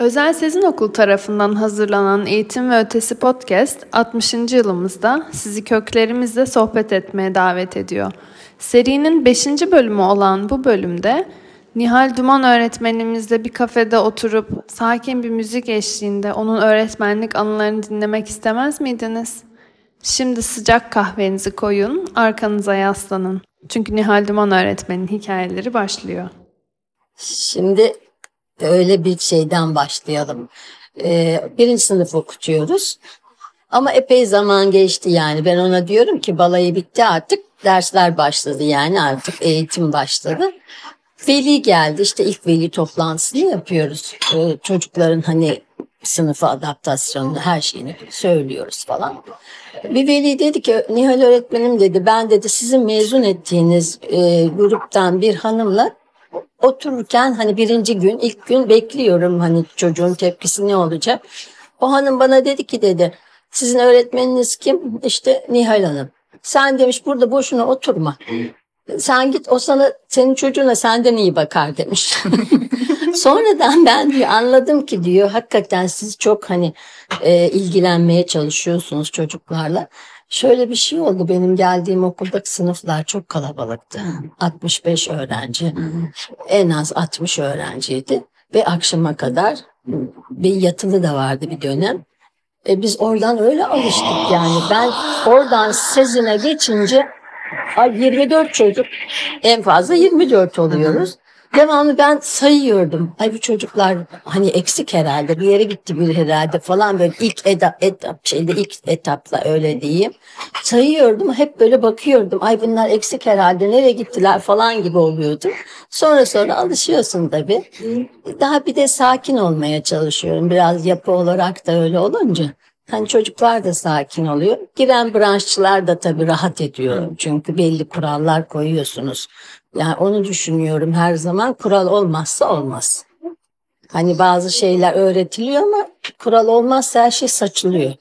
Özel Sezin Okul tarafından hazırlanan Eğitim ve Ötesi Podcast 60. yılımızda sizi köklerimizle sohbet etmeye davet ediyor. Serinin 5. bölümü olan bu bölümde Nihal Duman öğretmenimizle bir kafede oturup sakin bir müzik eşliğinde onun öğretmenlik anılarını dinlemek istemez miydiniz? Şimdi sıcak kahvenizi koyun, arkanıza yaslanın. Çünkü Nihal Duman öğretmenin hikayeleri başlıyor. Şimdi öyle bir şeyden başlayalım. Birinci sınıf okutuyoruz. Ama epey zaman geçti yani. Ben ona diyorum ki balayı bitti artık. Dersler başladı yani artık eğitim başladı. Veli geldi, işte ilk veli toplantısını yapıyoruz. Çocukların hani sınıfa adaptasyonunu, her şeyini söylüyoruz falan. Bir veli dedi ki, Nihal öğretmenim dedi, ben dedi sizin mezun ettiğiniz gruptan bir hanımla otururken hani birinci gün, ilk gün bekliyorum hani çocuğun tepkisi ne olacak. O hanım bana dedi ki dedi, sizin öğretmeniniz kim? İşte Nihal Hanım. Sen demiş burada boşuna oturma. Sen git, o sana, senin çocuğuna senden iyi bakar demiş. Sonradan ben diyor anladım ki diyor hakikaten siz çok hani ilgilenmeye çalışıyorsunuz çocuklarla. Şöyle bir şey oldu, benim geldiğim okuldaki sınıflar çok kalabalıktı. 65 öğrenci, en az 60 öğrenciydi ve akşama kadar bir yatılı da vardı bir dönem. Biz oradan öyle alıştık yani. Ben oradan Sezin'e geçince 24 çocuk, en fazla 24 oluyoruz. Devamlı ben sayıyordum. Ay bu çocuklar hani eksik herhalde, bir yere gitti bir herhalde falan, böyle ilk ilk etapla öyle diyeyim. Sayıyordum, hep böyle bakıyordum. Ay bunlar eksik herhalde, nereye gittiler falan gibi oluyordu. Sonra alışıyorsun tabii. Daha bir de sakin olmaya çalışıyorum. Biraz yapı olarak da öyle olunca. Hani çocuklar da sakin oluyor. Giren branşçılar da tabii rahat ediyor. Çünkü belli kurallar koyuyorsunuz. Yani onu düşünüyorum her zaman, kural olmazsa olmaz. Hani bazı şeyler öğretiliyor ama kural olmazsa her şey saçılıyor.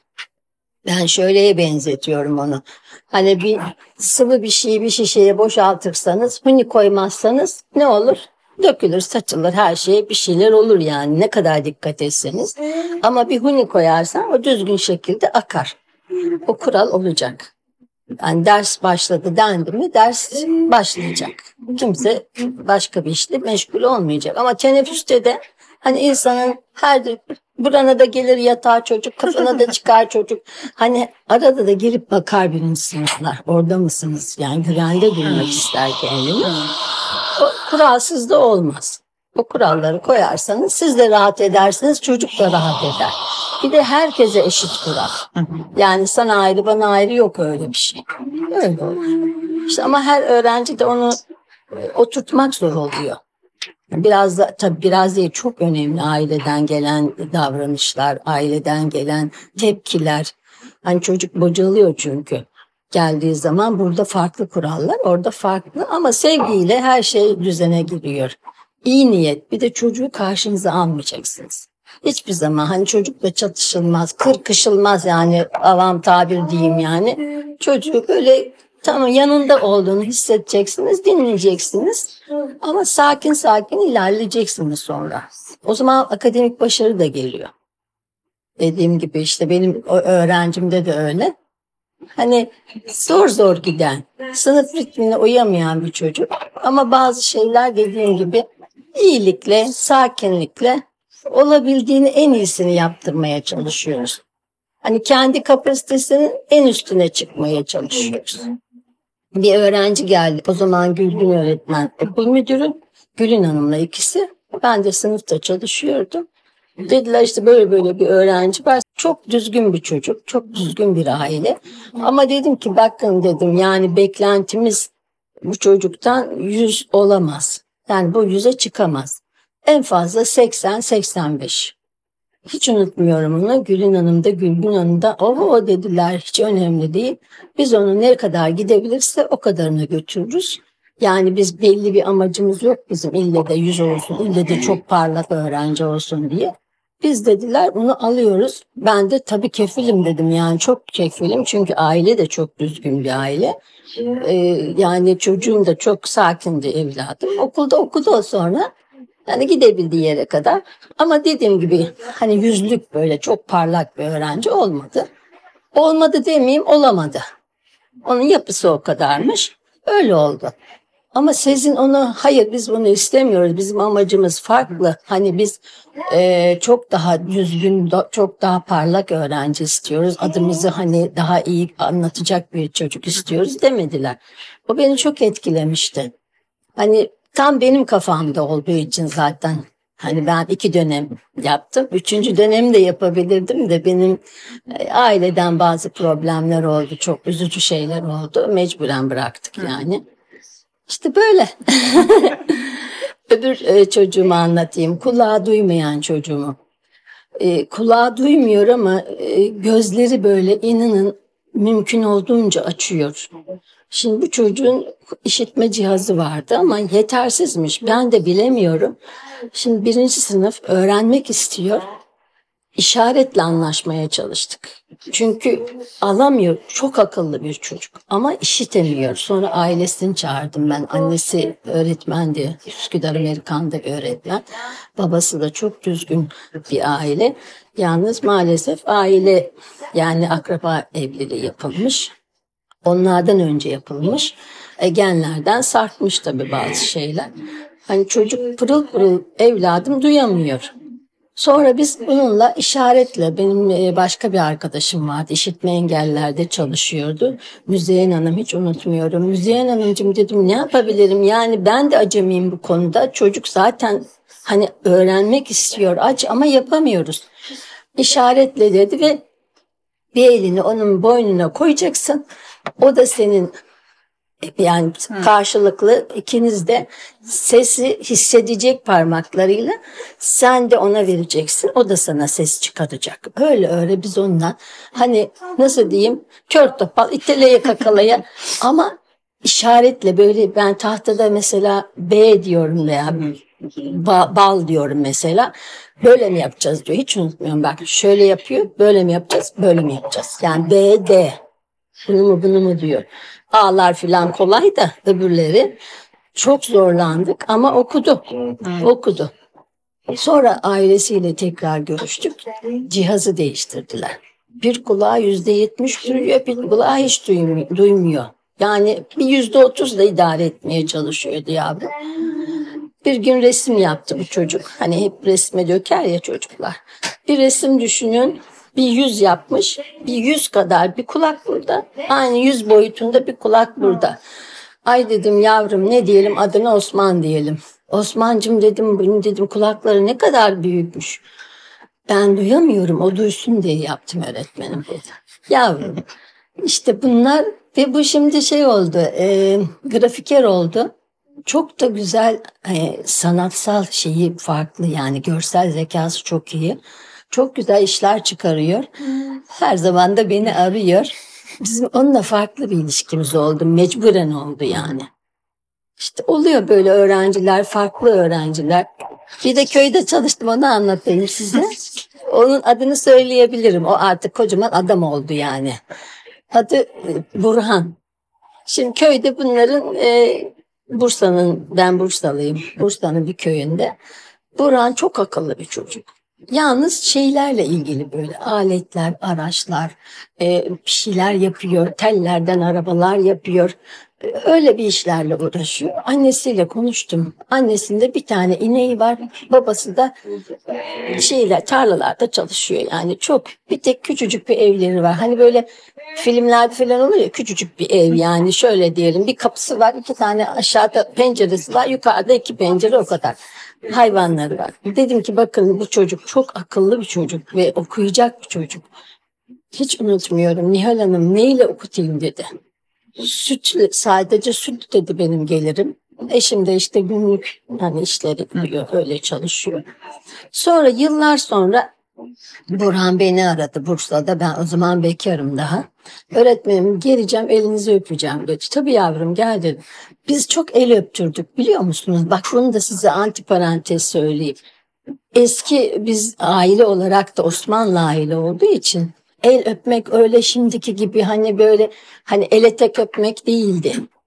Ben şöyleye benzetiyorum onu. Hani bir sıvı bir şeyi bir şişeye boşaltırsanız, huni koymazsanız ne olur? Dökülür, saçılır, her şeye bir şeyler olur yani ne kadar dikkat etseniz. Ama bir huni koyarsan o düzgün şekilde akar. O kural olacak. Yani ders başladı dendi mi ders başlayacak. Kimse başka bir işle meşgul olmayacak. Ama teneffüste de hani insanın burana da gelir yatağa çocuk, kafana da çıkar çocuk. Hani arada da girip bakar birinci sınıflar. Orada mısınız? Yani güvende durmak ister kendini. O kuralsız da olmaz. O kuralları koyarsanız siz de rahat edersiniz, çocuk da rahat eder. Bir de herkese eşit kural. Yani sana ayrı bana ayrı yok, öyle bir şey. Öyle olur. İşte ama her öğrenci de onu oturtmak zor oluyor. Biraz da tabii, biraz değil, çok önemli aileden gelen davranışlar, aileden gelen tepkiler. Hani çocuk bocalıyor çünkü. Geldiği zaman burada farklı kurallar, orada farklı, ama sevgiyle her şey düzene giriyor. İyi niyet, bir de çocuğu karşınıza almayacaksınız. Hiçbir zaman hani çocukla çatışılmaz, kırkışılmaz yani, avam tabir diyeyim yani. Çocuğu böyle tamam yanında olduğunu hissedeceksiniz, dinleyeceksiniz. Ama sakin sakin ilerleyeceksiniz sonra. O zaman akademik başarı da geliyor. Dediğim gibi işte benim o öğrencimde de öyle. Hani zor giden, sınıf ritmine uyamayan bir çocuk. Ama bazı şeyler dediğim gibi iyilikle, sakinlikle olabildiğini en iyisini yaptırmaya çalışıyoruz. Hani kendi kapasitesinin en üstüne çıkmaya çalışıyoruz. Bir öğrenci geldi. O zaman Gülbin öğretmen okul müdürü. Gülün Hanım'la ikisi. Ben de sınıfta çalışıyordum. Dediler işte böyle bir öğrenci var. Çok düzgün bir çocuk, çok düzgün bir aile. Ama dedim ki bakın dedim, yani beklentimiz bu çocuktan 100 olamaz. Yani bu 100'e çıkamaz. En fazla 80-85. Hiç unutmuyorum onu. Gülün Hanım da Gülbin Hanım da o dediler, hiç önemli değil. Biz onu ne kadar gidebilirse o kadarına götürürüz. Yani biz belli bir amacımız yok bizim, ille de 100 olsun, ille de çok parlak öğrenci olsun diye. Biz dediler bunu alıyoruz. Ben de tabii kefilim dedim, yani çok kefilim çünkü aile de çok düzgün bir aile. Yani çocuğum da çok sakindi evladım. Okulda okudu o sonra. Yani gidebildiği yere kadar. Ama dediğim gibi hani yüzlük böyle çok parlak bir öğrenci olmadı. Olmadı demeyeyim, olamadı. Onun yapısı o kadarmış. Öyle oldu. Ama Sezin onu hayır biz bunu istemiyoruz. Bizim amacımız farklı. Hani biz çok daha düzgün, çok daha parlak öğrenci istiyoruz. Adımızı hani daha iyi anlatacak bir çocuk istiyoruz demediler. O beni çok etkilemişti. Hani tam benim kafamda olduğu için zaten hani ben 2 dönem yaptım. 3. dönemi de yapabilirdim de benim aileden bazı problemler oldu. Çok üzücü şeyler oldu. Mecburen bıraktık yani. İşte böyle. Öbür çocuğumu anlatayım. Kulağı duymayan çocuğumu. Kulağı duymuyor ama gözleri böyle inanın mümkün olduğunca açıyor. Şimdi bu çocuğun işitme cihazı vardı ama yetersizmiş. Ben de bilemiyorum. Şimdi 1. sınıf öğrenmek istiyor. İşaretle anlaşmaya çalıştık. Çünkü alamıyor. Çok akıllı bir çocuk ama işitemiyor. Sonra ailesini çağırdım ben. Annesi öğretmendi. Üsküdar Amerikan'da bir öğretmen. Babası da çok düzgün bir aile. Yalnız maalesef aile yani akraba evliliği yapılmış. Onlardan önce yapılmış. Genlerden sarkmış tabii bazı şeyler. Hani çocuk pırıl pırıl evladım duyamıyor. Sonra biz bununla işaretle benim başka bir arkadaşım vardı. İşitme engellerde çalışıyordu. Müzeyyen Hanım hiç unutmuyorum. Müzeyyen Hanımcığım dedim ne yapabilirim? Yani ben de acemiyim bu konuda. Çocuk zaten hani öğrenmek istiyor aç ama yapamıyoruz. İşaretle dedi ve bir elini onun boynuna koyacaksın. O da senin yani karşılıklı ikiniz de sesi hissedecek parmaklarıyla sen de ona vereceksin. O da sana ses çıkaracak. Öyle biz onunla hani nasıl diyeyim kör topal iteleye kakalaya ama işaretle böyle ben tahtada mesela B diyorum veya bal diyorum mesela. Böyle mi yapacağız diyor. Hiç unutmuyorum bak şöyle yapıyor. Böyle mi yapacağız? Böyle mi yapacağız? Yani B, D. Bunu mu diyor. A'lar filan kolay da öbürleri çok zorlandık ama okudu. Okudu. Sonra ailesiyle tekrar görüştük. Cihazı değiştirdiler. Bir kulağı %70 duyuyor, bir kulağı hiç duymuyor. Yani bir %30 da idare etmeye çalışıyordu yavrum. Bir gün resim yaptı bu çocuk. Hani hep resme döker ya çocuklar. Bir resim düşünün. Bir yüz yapmış. Bir yüz kadar bir kulak burada. Aynı yüz boyutunda bir kulak burada. Ay dedim yavrum ne diyelim adına Osman diyelim. Osman'cığım dedim bunun dedim kulakları ne kadar büyükmüş. Ben duyamıyorum o duysun diye yaptım öğretmenim dedi. Yavrum işte bunlar ve bu şimdi şey oldu grafiker oldu. Çok da güzel sanatsal şeyi farklı yani görsel zekası çok iyi. Çok güzel işler çıkarıyor. Her zaman da beni arıyor. Bizim onunla farklı bir ilişkimiz oldu. Mecburen oldu yani. İşte oluyor böyle öğrenciler, farklı öğrenciler. Bir de köyde çalıştım onu anlatayım size. Onun adını söyleyebilirim. O artık kocaman adam oldu yani. Adı Burhan. Şimdi köyde bunların ben Bursalıyım. Bursa'nın bir köyünde. Burhan çok akıllı bir çocuk. Yalnız şeylerle ilgili böyle aletler, araçlar, bir şeyler yapıyor. Tellerden arabalar yapıyor. Öyle bir işlerle uğraşıyor. Annesiyle konuştum. Annesinde bir tane ineği var. Babası da tarlalarda çalışıyor. Yani çok bir tek küçücük bir evleri var. Hani böyle filmlerde falan oluyor ya küçücük bir ev yani şöyle diyelim bir kapısı var 2 tane aşağıda penceresi var yukarıda 2 pencere o kadar hayvanları var. Dedim ki bakın bu çocuk çok akıllı bir çocuk ve okuyacak bir çocuk. Hiç unutmuyorum Nihal Hanım neyle okutayım dedi. Sadece süt dedi benim gelirim. Eşim de işte günlük hani işleri yapıyor öyle çalışıyor. Sonra yıllar sonra Burhan beni aradı Bursa'da. Ben o zaman bekarım daha. Öğretmenim geleceğim elinizi öpeceğim dedi. Tabii yavrum gel dedim. Biz çok el öptürdük biliyor musunuz? Bak bunu da size antiparantez söyleyeyim. Eski biz aile olarak da Osmanlı aile olduğu için el öpmek öyle şimdiki gibi hani böyle hani ele tek öpmek değildi.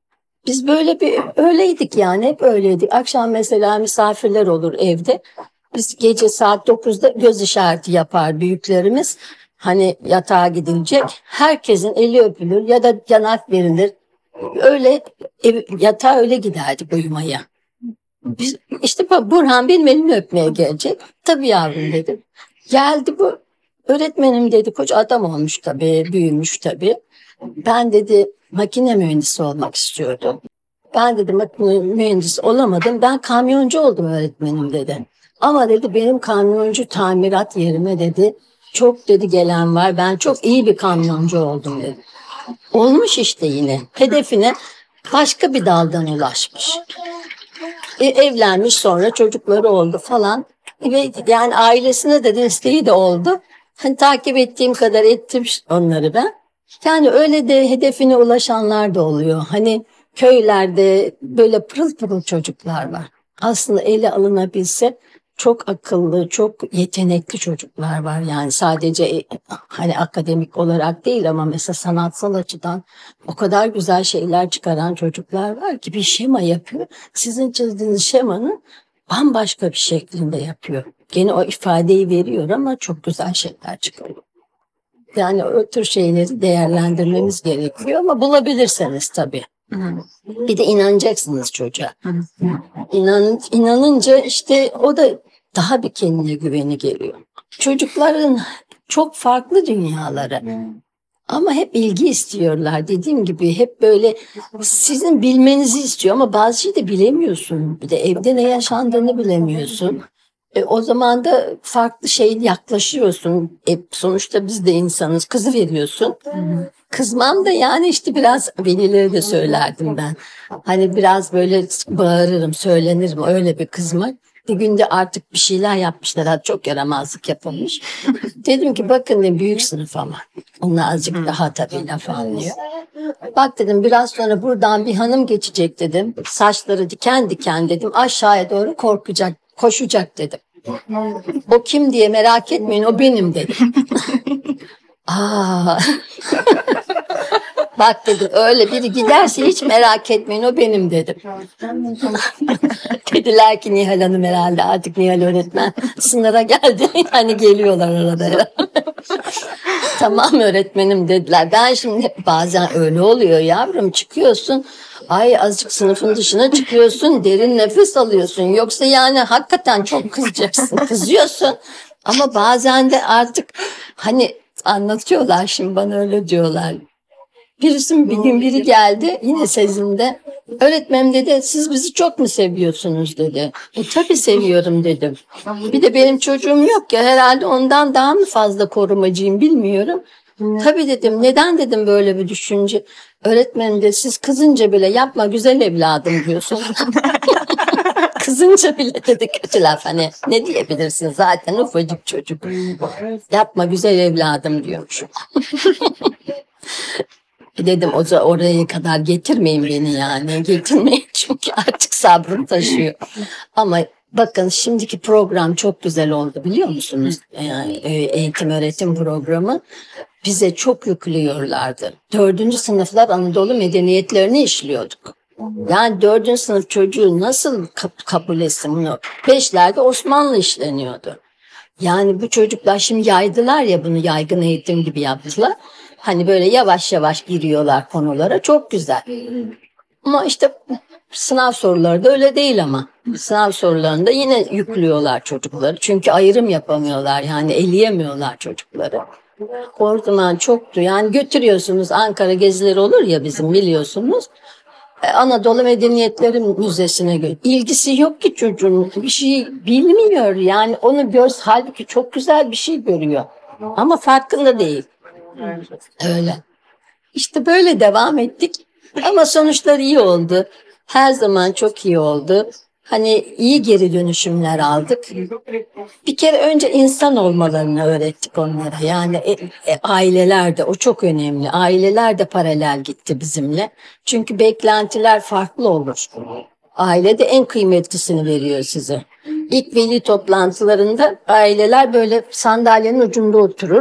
Biz böyle bir öyleydik yani, hep öyleydik. Akşam mesela misafirler olur evde. Biz gece saat 9'da göz işareti yapar büyüklerimiz. Hani yatağa gidilecek. Herkesin eli öpülür ya da yanak verilir. Öyle yatağa öyle giderdik uyumaya. Biz, işte Burhan benim elimi öpmeye gelecek. Tabii yavrum dedim. Geldi bu öğretmenim dedi. Koca adam olmuş tabii, büyümüş tabii. Ben dedi makine mühendisi olmak istiyordum. Ben dedi makine mühendisi olamadım. Ben kamyoncu oldum öğretmenim dedi. Ama dedi benim kamyoncu tamirat yerime dedi çok dedi gelen var. Ben çok iyi bir kamyoncu oldum dedi. Olmuş işte yine. Hedefine başka bir daldan ulaşmış. Evlenmiş, sonra çocukları oldu falan. Ve yani ailesine de desteği de oldu. Hani takip ettiğim kadar ettim onları ben. Yani öyle de hedefine ulaşanlar da oluyor. Hani köylerde böyle pırıl pırıl çocuklar var. Aslında ele alınabilse çok akıllı, çok yetenekli çocuklar var. Yani sadece hani akademik olarak değil ama mesela sanatsal açıdan o kadar güzel şeyler çıkaran çocuklar var ki bir şema yapıyor. Sizin çizdiğiniz şemanın bambaşka bir şeklinde yapıyor. Gene o ifadeyi veriyor ama çok güzel şeyler çıkıyor. Yani o tür şeyleri değerlendirmemiz gerekiyor ama bulabilirseniz tabii. Bir de inanacaksınız çocuğa. İnanınca işte o da daha bir kendine güveni geliyor. Çocukların çok farklı dünyaları. Ama hep ilgi istiyorlar. Dediğim gibi hep böyle sizin bilmenizi istiyor ama bazı şeyi de bilemiyorsun. Bir de evde ne yaşandığını bilemiyorsun. O zaman da farklı şey yaklaşıyorsun. Sonuçta biz de insanız. Kızı veriyorsun. Kızmam da yani işte biraz velilere de söylerdim ben. Hani biraz böyle bağırırım, söylenirim. Öyle bir kızmak. Bir günde artık bir şeyler yapmışlar. Hatta çok yaramazlık yapılmış. Dedim ki bakın dedim, büyük sınıf ama. Onlar azıcık daha tabii laf anlıyor. Bak dedim biraz sonra buradan bir hanım geçecek dedim. Saçları diken diken dedim. Aşağıya doğru korkacak, koşacak dedim. O kim diye merak etmeyin, o benim dedim. Aa. Bak dedim öyle biri giderse hiç merak etmeyin, o benim dedim. Dediler ki Nihal Hanım herhalde artık Nihal öğretmen sınıra geldi. Hani geliyorlar arada herhalde. Tamam öğretmenim dediler. Ben şimdi bazen öyle oluyor yavrum, çıkıyorsun. Ay azıcık sınıfın dışına çıkıyorsun, derin nefes alıyorsun. Yoksa yani hakikaten çok kızacaksın, kızıyorsun. Ama bazen de artık hani anlatıyorlar, şimdi bana öyle diyorlar. Bir gün biri geldi yine sezinde. Öğretmenim dedi siz bizi çok mu seviyorsunuz dedi. Tabii seviyorum dedim. Bir de benim çocuğum yok ya, herhalde ondan daha mı fazla korumacıyım bilmiyorum. Tabii dedim, neden dedim böyle bir düşünce. Öğretmenim de siz kızınca bile yapma güzel evladım diyorsunuz. Kızınca bile dedi kötü laf, hani ne diyebilirsin zaten ufacık çocuk. Yapma güzel evladım diyormuş. Dedim oraya kadar getirmeyin beni yani. Getirmeyin çünkü artık sabrım taşıyor. Ama bakın şimdiki program çok güzel oldu biliyor musunuz? Yani eğitim öğretim programı bize çok yüklüyorlardı. 4. sınıflar Anadolu medeniyetlerini işliyorduk. Yani 4. sınıf çocuğu nasıl kabul etsin bunu? 5'lerde Osmanlı işleniyordu. Yani bu çocuklar şimdi yaydılar ya, bunu yaygın eğitim gibi yaptılar. Hani böyle yavaş yavaş giriyorlar konulara, çok güzel. Ama işte sınav soruları da öyle değil ama. Sınav sorularında yine yüklüyorlar çocukları. Çünkü ayrım yapamıyorlar, yani eleyemiyorlar çocukları. O zaman çoktu. Yani götürüyorsunuz, Ankara gezileri olur ya bizim biliyorsunuz. Anadolu Medeniyetleri Müzesi'ne göre. İlgisi yok ki çocuğun, bir şey bilmiyor. Yani onu halbuki çok güzel bir şey görüyor. Ama farkında değil. Öyle. İşte böyle devam ettik. Ama sonuçlar iyi oldu. Her zaman çok iyi oldu. Hani iyi geri dönüşümler aldık. Bir kere önce insan olmalarını öğrettik onlara. Yani aileler de, o çok önemli. Aileler de paralel gitti bizimle. Çünkü beklentiler farklı olur. Aile de en kıymetlisini veriyor size. İlk veli toplantılarında aileler böyle sandalyenin ucunda oturur.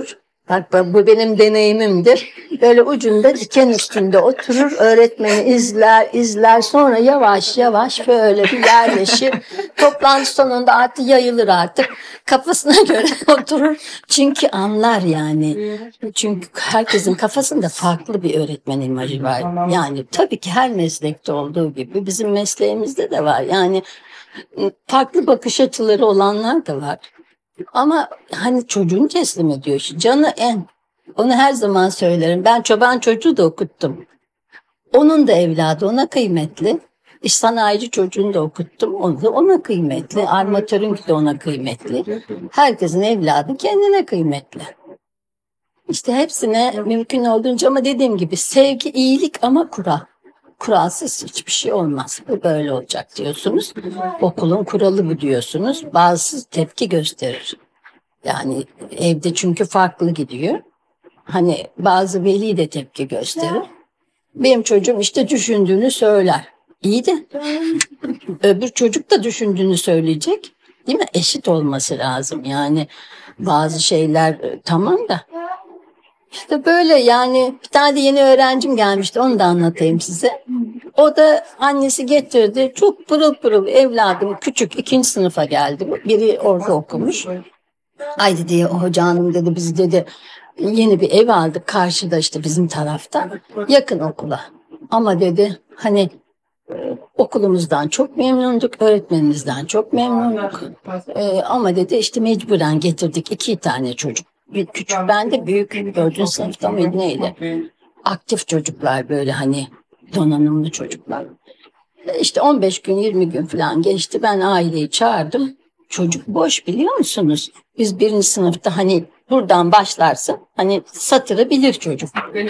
Bak bu benim deneyimimdir. Böyle ucunda diken üstünde oturur, öğretmeni izler sonra yavaş yavaş böyle bir yerleşir. Toplantı sonunda artık yayılır artık. Kafasına göre oturur. Çünkü anlar yani. Çünkü herkesin kafasında farklı bir öğretmen imajı var. Yani tabii ki her meslekte olduğu gibi bizim mesleğimizde de var. Yani farklı bakış açıları olanlar da var. Ama hani çocuğunu teslim ediyor. Canı en. Onu her zaman söylerim. Ben çoban çocuğu da okuttum. Onun da evladı ona kıymetli. İş sanayici çocuğunu da okuttum. Onu da ona kıymetli. Armatörünki de ona kıymetli. Herkesin evladı kendine kıymetli. İşte hepsine mümkün olduğunca ama dediğim gibi sevgi, iyilik ama kural. Kuralsız hiçbir şey olmaz. Bu böyle olacak diyorsunuz. Okulun kuralı bu diyorsunuz. Bazısı tepki gösterir. Yani evde çünkü farklı gidiyor. Hani bazı veli de tepki gösterir. Benim çocuğum işte düşündüğünü söyler. İyi de öbür çocuk da düşündüğünü söyleyecek. Değil mi? Eşit olması lazım. Yani bazı şeyler tamam da. İşte böyle yani bir tane de yeni öğrencim gelmişti. Onu da anlatayım size. O da annesi getirdi. Çok pırıl pırıl evladım küçük 2. sınıfa geldi. Biri orada okumuş. Ay dedi hoca hanım dedi biz dedi yeni bir ev aldık karşıda işte bizim tarafta yakın okula. Ama dedi hani okulumuzdan çok memnunduk, öğretmenimizden çok memnunduk. Ama dedi işte mecburen getirdik 2 tane çocuk. Bir küçük ben de büyük 4. sınıfta mıydı neydi? Aktif çocuklar böyle hani donanımlı çocuklar. İşte 15 gün 20 gün falan geçti ben aileyi çağırdım. Çocuk boş biliyor musunuz? Biz 1. sınıfta hani buradan başlarsın. Hani satırı bilir çocuk.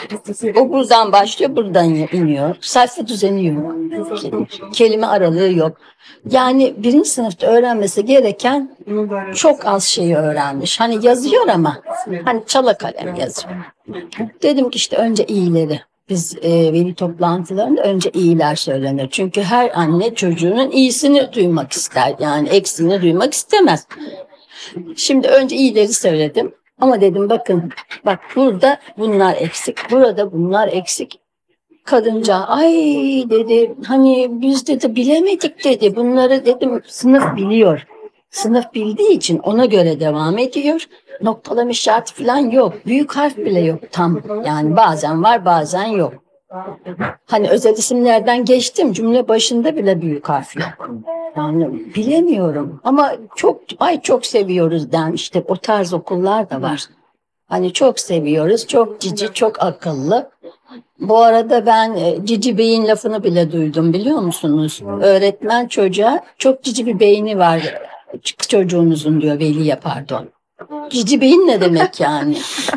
O buradan başlıyor, buradan iniyor. Sayfa düzeni yok. Kelime aralığı yok. Yani 1. sınıfta öğrenmesi gereken çok az şeyi öğrenmiş. Hani yazıyor ama hani çala kalem yazıyor. Dedim ki işte önce iyileri. Biz veli toplantılarında önce iyiler söylenir. Çünkü her anne çocuğunun iyisini duymak ister. Yani eksiğini duymak istemez. Şimdi önce iyileri söyledim. Ama dedim bakın bak burada bunlar eksik. Burada bunlar eksik. Kadınca ay dedi hani biz dedi bilemedik dedi. Bunları dedim sınıf biliyor. Sınıf bildiği için ona göre devam ediyor. Noktalama işareti falan yok. Büyük harf bile yok tam. Yani bazen var bazen yok. Hani özel isimlerden geçtim cümle başında bile büyük harf yok. Yani bilemiyorum ama çok seviyoruz den işte o tarz okullar da var. Hani çok seviyoruz, çok cici, çok akıllı. Bu arada ben cici beyin lafını bile duydum biliyor musunuz? Öğretmen çocuğa çok cici bir beyni var çocuğunuzun diyor veliye pardon. Cici beyin ne demek yani?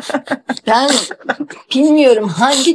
Ben bilmiyorum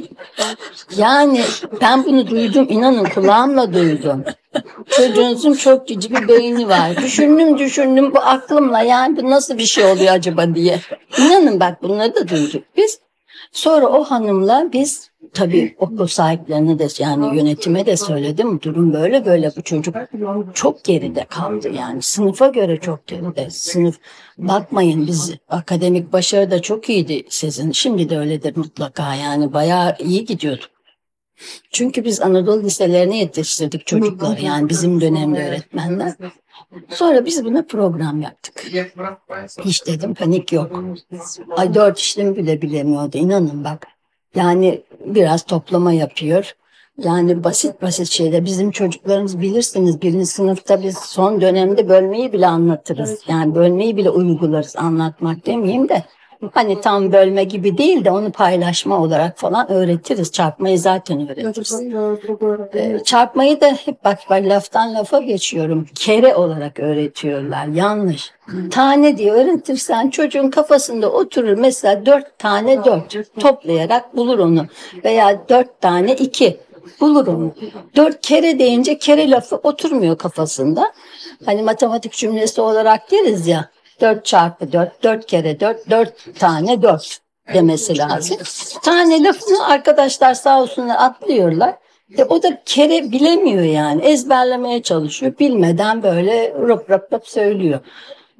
yani ben bunu duydum inanın kulağımla duydum. Çocuğunuzun çok cici bir beyni var. Düşündüm bu aklımla yani bu nasıl bir şey oluyor acaba diye. İnanın bak bunları da duyduk biz. Sonra o hanımla biz tabii okul sahiplerine de yani yönetime de söyledim. Durum böyle bu çocuk çok geride kaldı yani sınıfa göre çok geride. Sınıf bakmayın biz akademik başarı da çok iyiydi sizin. Şimdi de öyledir mutlaka yani bayağı iyi gidiyorduk. Çünkü biz Anadolu liselerine yetiştirdik çocukları yani bizim dönemde öğretmenler. Sonra biz buna program yaptık. Hiç dedim panik yok. Ay 4 işlemi bile bilemiyordu inanın bak. Yani biraz toplama yapıyor. Yani basit şeyler. Bizim çocuklarımız bilirsiniz 1. sınıfta biz son dönemde bölmeyi bile anlatırız. Yani bölmeyi bile uygularız anlatmak demeyeyim de. Hani tam bölme gibi değil de onu paylaşma olarak falan öğretiriz. Çarpmayı zaten öğretiriz. Çarpmayı da hep bak laftan lafa geçiyorum. Kere olarak öğretiyorlar. Yanlış. Tane diye öğretirsen çocuğun kafasında oturur. Mesela 4 tane 4 toplayarak bulur onu. Veya 4 tane 2 bulur onu. 4 kere deyince kere lafı oturmuyor kafasında. Hani matematik cümlesi olarak deriz ya. 4 çarpı 4, 4 kere 4, 4 tane 4 demesi lazım. Tane lafını arkadaşlar sağ olsunlar atlıyorlar. O da kere bilemiyor yani. Ezberlemeye çalışıyor. Bilmeden böyle rop rop rop söylüyor.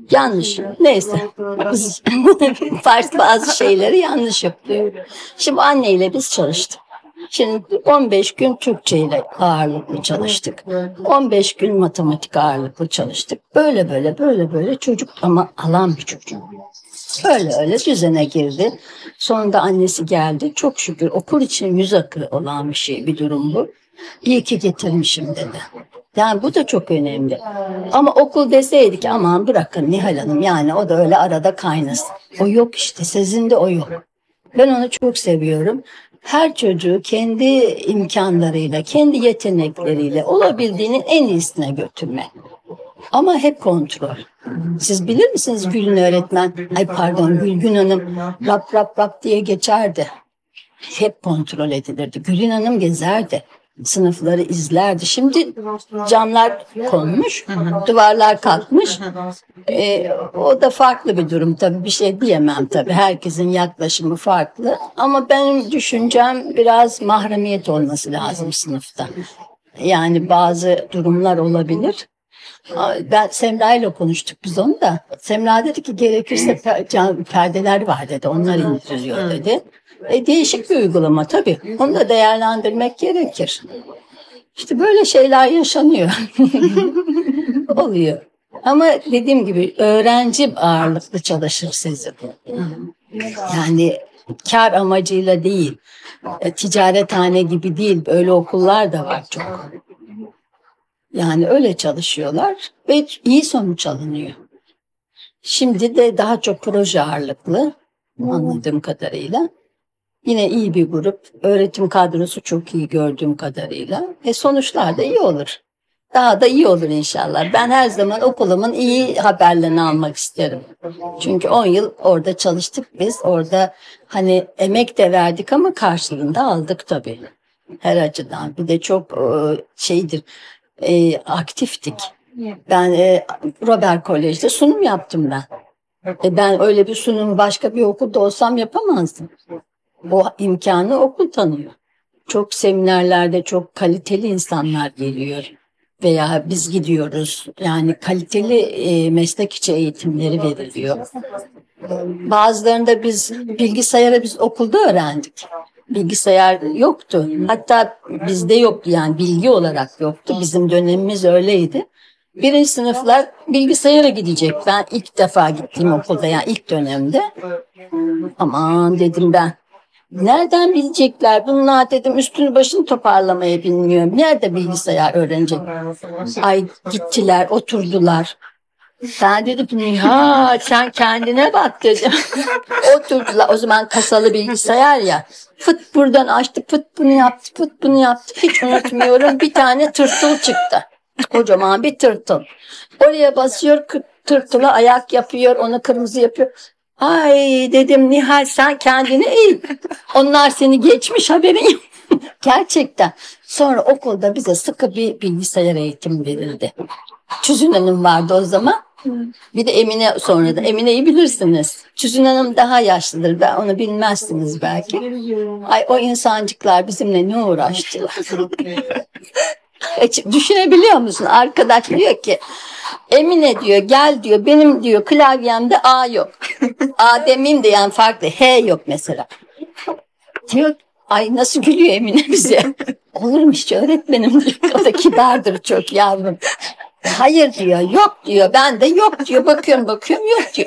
Yanlış. Neyse. Biz bazı şeyleri yanlış yapıyor. Şimdi anneyle biz çalıştık. Şimdi 15 gün Türkçe ile ağırlıklı çalıştık. 15 gün matematik ağırlıklı çalıştık. Böyle çocuk ama alan bir çocuk. Öyle düzene girdi. Sonunda annesi geldi. Çok şükür okul için yüz akı olan bir durum bu. İyi ki getirmişim dedi. Yani bu da çok önemli. Ama okul deseydik aman bırakın Nihal Hanım, yani o da öyle arada kaynasın. O yok işte, sizin de o yok. Ben onu çok seviyorum. Her çocuğu kendi imkanlarıyla, kendi yetenekleriyle olabildiğinin en iyisine götürme. Ama hep kontrol. Siz bilir misiniz Gülün öğretmen? Gülgün Hanım rap diye geçerdi. Hep kontrol edilirdi. Gülün Hanım gezerdi. Sınıfları izlerdi. Şimdi camlar konmuş, duvarlar kalkmış. O da farklı bir durum tabii. Bir şey diyemem tabii. Herkesin yaklaşımı farklı. Ama benim düşüncem biraz mahremiyet olması lazım sınıfta. Yani bazı durumlar olabilir. Ben Semra ile konuştuk biz onu da. Semra dedi ki gerekirse perdeler var dedi. Onlar indiriliyor dedi. Değişik bir uygulama tabii. Onu da değerlendirmek gerekir. İşte böyle şeyler yaşanıyor. Oluyor. Ama dediğim gibi öğrenci ağırlıklı çalışır sizin. Yani kar amacıyla değil. Ticarethane gibi değil. Öyle okullar da var çok. Yani öyle çalışıyorlar ve iyi sonuç alınıyor. Şimdi de daha çok proje ağırlıklı anladığım kadarıyla. Yine iyi bir grup. Öğretim kadrosu çok iyi gördüğüm kadarıyla. Sonuçlar da iyi olur. Daha da iyi olur inşallah. Ben her zaman okulumun iyi haberlerini almak isterim. Çünkü 10 yıl orada çalıştık biz. Orada hani emek de verdik ama karşılığında aldık tabii. Her açıdan. Bir de çok aktiftik. Ben Robert Kolej'de sunum yaptım ben. Ben öyle bir sunumu başka bir okulda olsam yapamazdım. O imkanı okul tanıyor. Çok seminerlerde çok kaliteli insanlar geliyor. Veya biz gidiyoruz. Yani kaliteli meslek içi eğitimleri veriliyor. Bazılarında biz okulda öğrendik. Bilgisayar yoktu. Hatta bizde yoktu, yani bilgi olarak yoktu. Bizim dönemimiz öyleydi. Birinci sınıflar bilgisayara gidecek. Ben ilk defa gittiğim okulda, yani ilk dönemde. Aman dedim ben. Nereden bilecekler? Bunlar dedim üstünü başını toparlamayı bilmiyorum. Nerede bilgisayar öğrenecek? Ay gittiler, oturdular. Ben dedim ya sen kendine bak dedim. Oturdular. O zaman kasalı bilgisayar ya. Fıt buradan açtı, fıt bunu yaptı, fıt bunu yaptı. Hiç unutmuyorum. Bir tane tırtıl çıktı. Kocaman bir tırtıl. Oraya basıyor, tırtıla ayak yapıyor, onu kırmızı yapıyor. Ay dedim Nihal sen kendini eğ. Onlar seni geçmiş, haberin yok. Gerçekten. Sonra okulda bize sıkı bir bilgisayar eğitimi verildi. Tüzün Hanım vardı o zaman. Bir de Emine sonra da. Emine'yi bilirsiniz. Tüzün Hanım daha yaşlıdır. Ben onu bilmezsiniz belki. Ay o insancıklar bizimle ne uğraştılar. Düşünebiliyor musun? Arkadaş diyor ki Emine diyor gel diyor, benim diyor klavyemde A yok. A demeyeyim de yani farklı. H yok mesela. Diyor ay nasıl gülüyor Emine bize. Olur mu hiç öğretmenim diyor. O da kibardır çok yavrum. Hayır diyor, yok diyor, ben de yok diyor, bakıyorum yok diyor.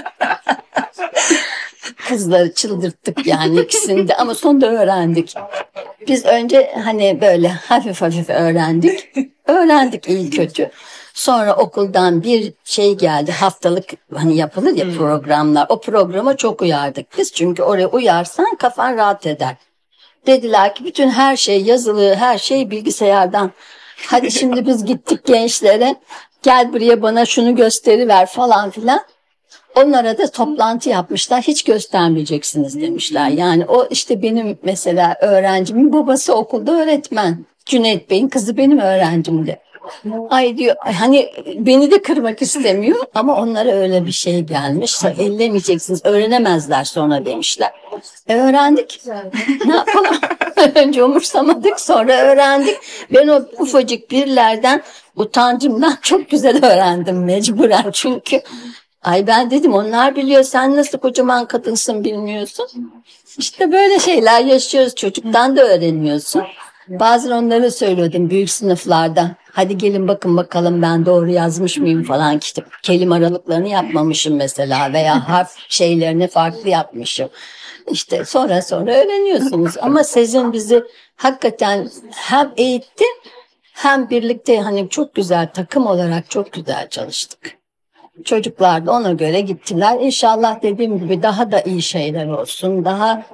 Kızları çıldırttık yani ikisini de ama sonunda öğrendik. Biz önce hani böyle hafif öğrendik. Öğrendik iyi kötü. Sonra okuldan bir şey geldi, haftalık hani yapılır ya programlar. O programa çok uyardık biz çünkü oraya uyarsan kafan rahat eder. Dediler ki bütün her şey yazılı, her şey bilgisayardan. Hadi şimdi biz gittik gençlere, gel buraya bana şunu gösteriver falan filan. Onlara da toplantı yapmışlar, hiç göstermeyeceksiniz demişler. Yani o işte benim mesela öğrencimin babası okulda öğretmen. Cüneyt Bey'in kızı benim öğrencimdi. Ay diyor hani beni de kırmak istemiyor ama onlara öyle bir şey gelmiş. Ellemeyeceksiniz, öğrenemezler sonra demişler. Öğrendik. Ne yapalım? Önce umursamadık, sonra öğrendik. Ben o ufacık birlerden utancımdan çok güzel öğrendim mecburen çünkü Ay ben dedim onlar biliyor, sen nasıl kocaman kadınsın bilmiyorsun. İşte böyle şeyler yaşıyoruz, çocuktan da öğreniyorsun. Bazen onlara söylüyordum büyük sınıflarda. Hadi gelin bakın bakalım ben doğru yazmış mıyım falan. İşte kelime aralıklarını yapmamışım mesela veya harf şeylerini farklı yapmışım. İşte sonra öğreniyorsunuz. Ama Sezin bizi hakikaten hem eğitti hem birlikte hani çok güzel takım olarak çok güzel çalıştık. Çocuklar da ona göre gittiler. İnşallah dediğim gibi daha da iyi şeyler olsun. Daha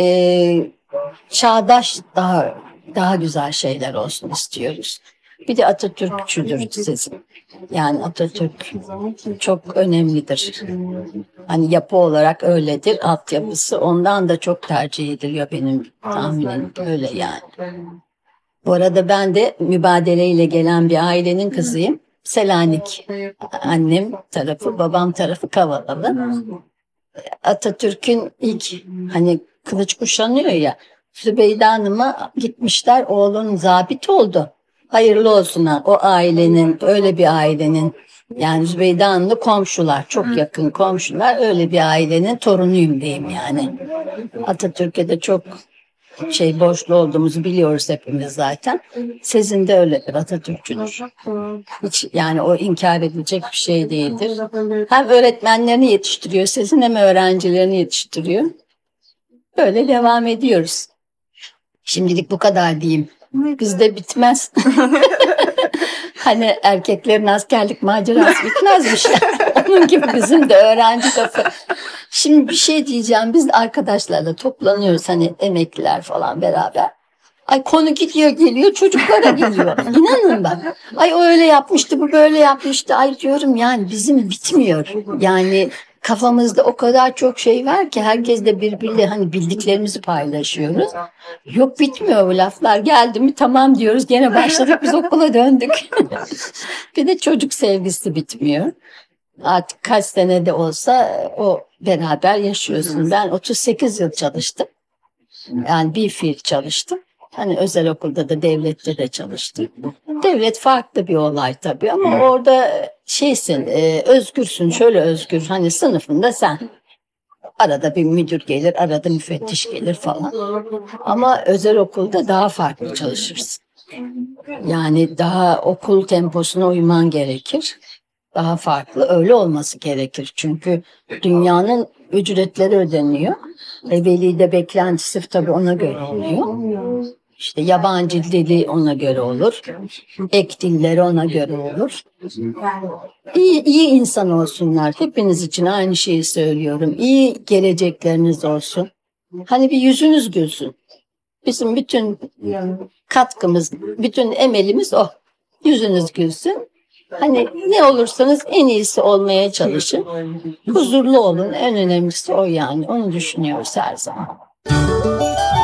çağdaş, daha güzel şeyler olsun istiyoruz. Bir de Atatürkçüdür Sezin. Yani Atatürk çok önemlidir. Hani yapı olarak öyledir. Altyapısı ondan da çok tercih ediliyor benim tahminim. Öyle yani. Bu arada ben de mübadeleyle gelen bir ailenin kızıyım. Selanik. Annem tarafı, babam tarafı Kavalalı. Atatürk'ün ilk hani kılıç kuşanıyor ya, Zübeyde Hanım'a gitmişler, oğlun zabit oldu. Hayırlı olsun ha. O ailenin, öyle bir ailenin, yani Zübeyde Hanım'la komşular, çok yakın komşular, öyle bir ailenin torunuyum diyeyim yani. Atatürk'e de çok borçlu olduğumuzu biliyoruz hepimiz zaten. Sezin de öyledir, Atatürkçüdür. Hiç yani o inkar edilecek bir şey değildir. Hem öğretmenlerini yetiştiriyor Sezin, hem öğrencilerini yetiştiriyor. Böyle devam ediyoruz. Şimdilik bu kadar diyeyim. Bizde bitmez. Hani erkeklerin askerlik macerası bitmezmiş. Onun gibi bizim de öğrenci lafı. Şimdi bir şey diyeceğim. Biz arkadaşlarla toplanıyoruz hani emekliler falan beraber. Ay konu gidiyor geliyor çocuklara geliyor. İnanın bak. Ay o öyle yapmıştı, bu böyle yapmıştı. Ay diyorum yani bizim bitmiyor. Yani kafamızda o kadar çok şey var ki herkes de birbiriyle hani bildiklerimizi paylaşıyoruz. Yok bitmiyor bu laflar. Geldi mi tamam diyoruz. Gene başladık biz okula döndük. Bir de çocuk sevgisi bitmiyor. Artık kaç senede olsa o beraber yaşıyorsun. Ben 38 yıl çalıştım. Yani bir fiil çalıştım. Hani özel okulda da devlette de çalıştım. Devlet farklı bir olay tabii ama orada özgürsün, şöyle özgür. Hani sınıfında sen. Arada bir müdür gelir, arada müfettiş gelir falan. Ama özel okulda daha farklı çalışırsın. Yani daha okul temposuna uyman gerekir. Daha farklı öyle olması gerekir. Çünkü dünyanın ücretleri ödeniyor. Velide beklentisi tabii ona göre oluyor. İşte yabancı dili ona göre olur. Ek dilleri ona göre olur. İyi insan olsunlar. Hepiniz için aynı şeyi söylüyorum. İyi gelecekleriniz olsun. Hani bir yüzünüz gülsün. Bizim bütün katkımız, bütün emelimiz o. Yüzünüz gülsün. Hani ne olursanız en iyisi olmaya çalışın. Huzurlu olun. En önemlisi o yani. Onu düşünüyoruz her zaman.